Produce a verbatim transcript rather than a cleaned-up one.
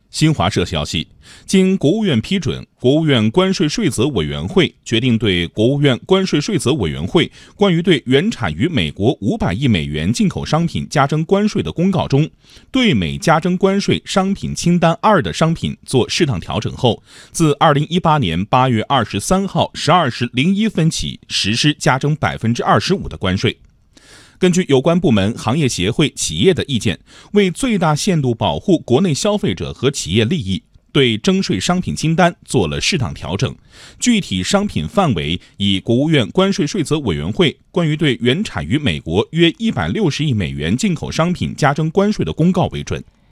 新华社消息，经国务院批准，国务院关税税则委员会决定对国务院关税税则委员会关于对原产于美国五百亿美元进口商品加征关税的公告中，对美加征关税商品清单二的商品做适当调整后，自二零一八年八月二十三号十二时零一分起实施加征百分之二十五的关税。根据有关部门、行业协会、企业的意见，为最大限度保护国内消费者和企业利益，对征税商品清单做了适当调整，具体商品范围以国务院关税税则委员会关于对原产于美国约一百六十亿美元进口商品加征关税的公告为准。